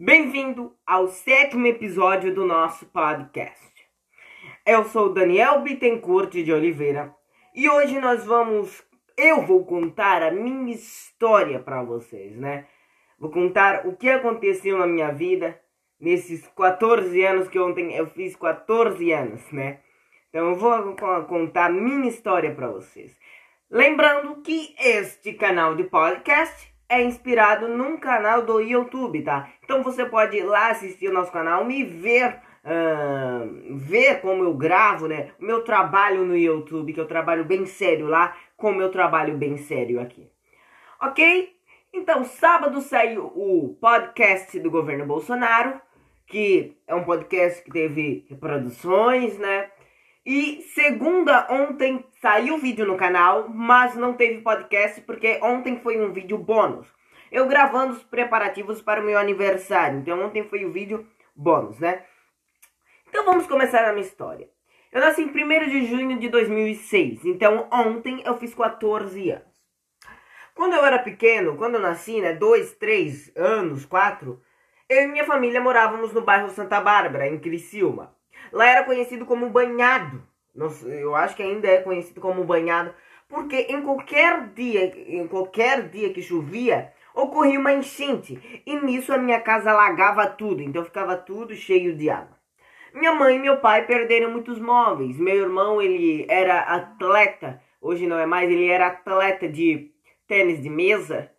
Bem-vindo ao 7º episódio do nosso podcast. Eu sou Daniel Bittencourt de Oliveira e hoje eu vou contar a minha história para vocês, né? Vou contar o que aconteceu na minha vida nesses 14 anos que ontem eu fiz 14 anos, né? Então eu vou contar a minha história para vocês. Lembrando que este canal de podcast é inspirado num canal do YouTube, tá? Então você pode ir lá assistir o nosso canal, me ver, ver como eu gravo, né? O meu trabalho no YouTube, que eu trabalho bem sério lá, como eu trabalho bem sério aqui. Ok? Então, sábado saiu o podcast do governo Bolsonaro, que é um podcast que teve reproduções, né? E segunda, ontem saiu vídeo no canal, mas não teve podcast porque ontem foi um vídeo bônus. Eu gravando os preparativos para o meu aniversário, então ontem foi o vídeo bônus, né? Então vamos começar a minha história. Eu nasci em 1º de junho de 2006, então ontem eu fiz 14 anos. Quando eu era pequeno, quando eu nasci, né, 2, 3 anos, 4, eu e minha família morávamos no bairro Santa Bárbara, em Criciúma. Lá era conhecido como Banhado. Eu acho que ainda é conhecido como Banhado, porque em qualquer dia que chovia, ocorria uma enchente. E nisso a minha casa alagava tudo, então ficava tudo cheio de água. Minha mãe e meu pai perderam muitos móveis. Meu irmão, ele era atleta, hoje não é mais, ele era atleta de tênis de mesa.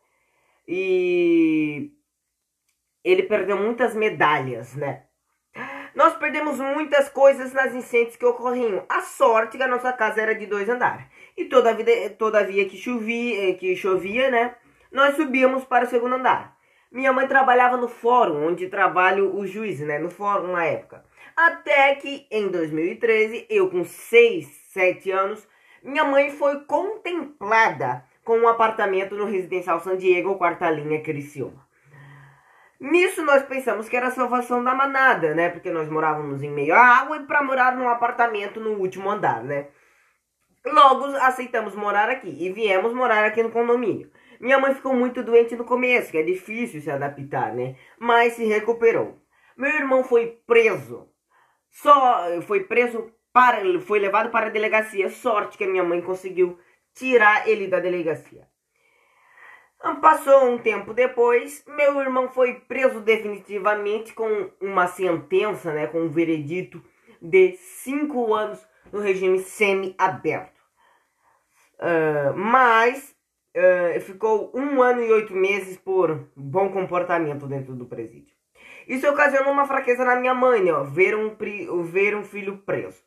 E ele perdeu muitas medalhas, né? Nós perdemos muitas coisas nas enchentes que ocorriam. A sorte que a nossa casa era de 2 andares. E todavia que chovia, né? Nós subíamos para o 2º andar. Minha mãe trabalhava no fórum, onde trabalham os juízes, né? No fórum na época. Até que em 2013, eu com 6, 7 anos, minha mãe foi contemplada com um apartamento no Residencial San Diego, 4ª linha, Criciúma. Nisso nós pensamos que era a salvação da manada, né? Porque nós morávamos em meio à água e para morar num apartamento no último andar, né? Logo aceitamos morar aqui e viemos morar aqui no condomínio. Minha mãe ficou muito doente no começo, que é difícil se adaptar, né? Mas se recuperou. Meu irmão foi preso. Foi levado para a delegacia. Sorte que a minha mãe conseguiu tirar ele da delegacia. Passou um tempo depois, meu irmão foi preso definitivamente com uma sentença, né, com um veredito de 5 anos no regime semi-aberto. Mas ficou 1 ano e 8 meses por bom comportamento dentro do presídio. Isso ocasionou uma fraqueza na minha mãe, né, ver um filho preso.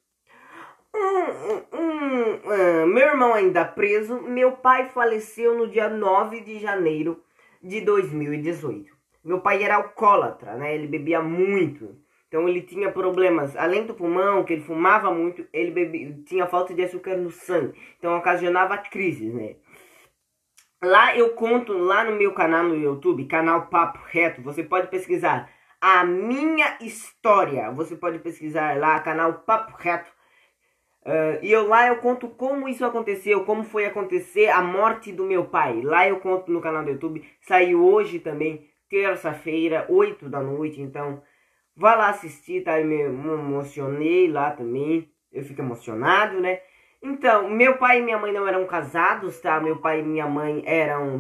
Meu irmão ainda preso, meu pai faleceu no dia 9 de janeiro de 2018. Meu pai era alcoólatra, né? Ele bebia muito. Então ele tinha problemas, além do pulmão, que ele fumava muito, tinha falta de açúcar no sangue. Então ocasionava crises, né? Lá eu conto, lá no meu canal no YouTube, canal Papo Reto, você pode pesquisar a minha história. Você pode pesquisar lá, canal Papo Reto. E lá eu conto como isso aconteceu, como foi acontecer a morte do meu pai. Lá eu conto no canal do YouTube. Saiu hoje também, terça-feira, 8 da noite. Então, vai lá assistir, tá? Eu me emocionei lá também. Eu fico emocionado, né? Então, meu pai e minha mãe não eram casados, tá? Meu pai e minha mãe eram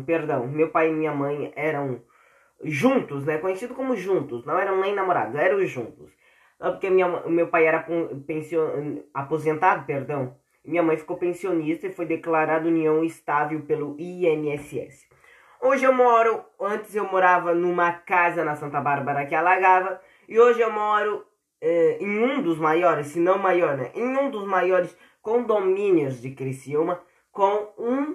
juntos, né? Conhecido como juntos. Não eram nem namorados, eram juntos. Porque meu pai era aposentado, perdão. Minha mãe ficou pensionista e foi declarada união estável pelo INSS. Antes eu morava numa casa na Santa Bárbara que alagava. E hoje eu moro em um dos maiores, se não maior, né? Em um dos maiores condomínios de Criciúma, com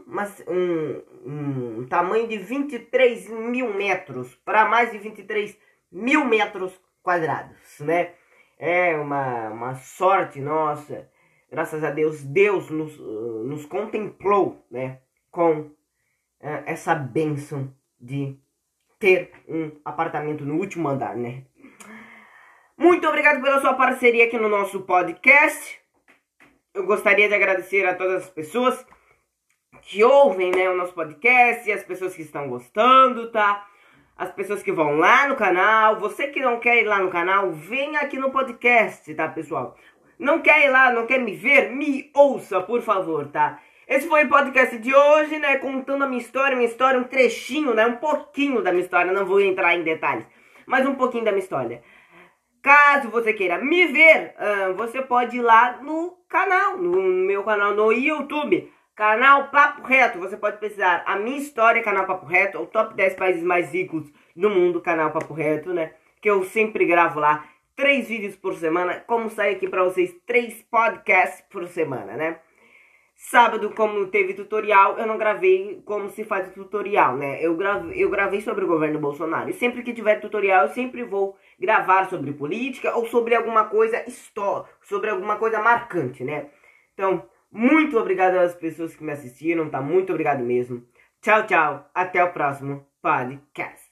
um tamanho de 23 mil metros, para mais de 23 mil metros quadrados, né? É uma sorte nossa. Graças a Deus, Deus nos contemplou, né, com essa bênção de ter um apartamento no último andar, né? Muito obrigado pela sua parceria aqui no nosso podcast. Eu gostaria de agradecer a todas as pessoas que ouvem, né, o nosso podcast e as pessoas que estão gostando, tá? as pessoas que vão lá no canal. Você que não quer ir lá no canal, vem aqui no podcast, tá, pessoal? Não quer ir lá, não quer me ver? Me ouça, por favor, tá? Esse foi o podcast de hoje, né? Contando a minha história, um trechinho, né? Um pouquinho da minha história, não vou entrar em detalhes, mas um pouquinho da minha história. Caso você queira me ver, você pode ir lá no canal, no meu canal no YouTube, canal Papo Reto. Você pode pesquisar a minha história, canal Papo Reto, o top 10 países mais ricos do mundo, canal Papo Reto, né? Que eu sempre gravo lá 3 vídeos por semana, como sai aqui pra vocês 3 podcasts por semana, né? Sábado, como teve tutorial, eu não gravei como se faz o tutorial, né? Eu gravei sobre o governo Bolsonaro. E sempre que tiver tutorial, eu sempre vou gravar sobre política ou sobre alguma coisa histórica, sobre alguma coisa marcante, né? Então, muito obrigado às pessoas que me assistiram, tá? Muito obrigado mesmo. Tchau, tchau. Até o próximo podcast.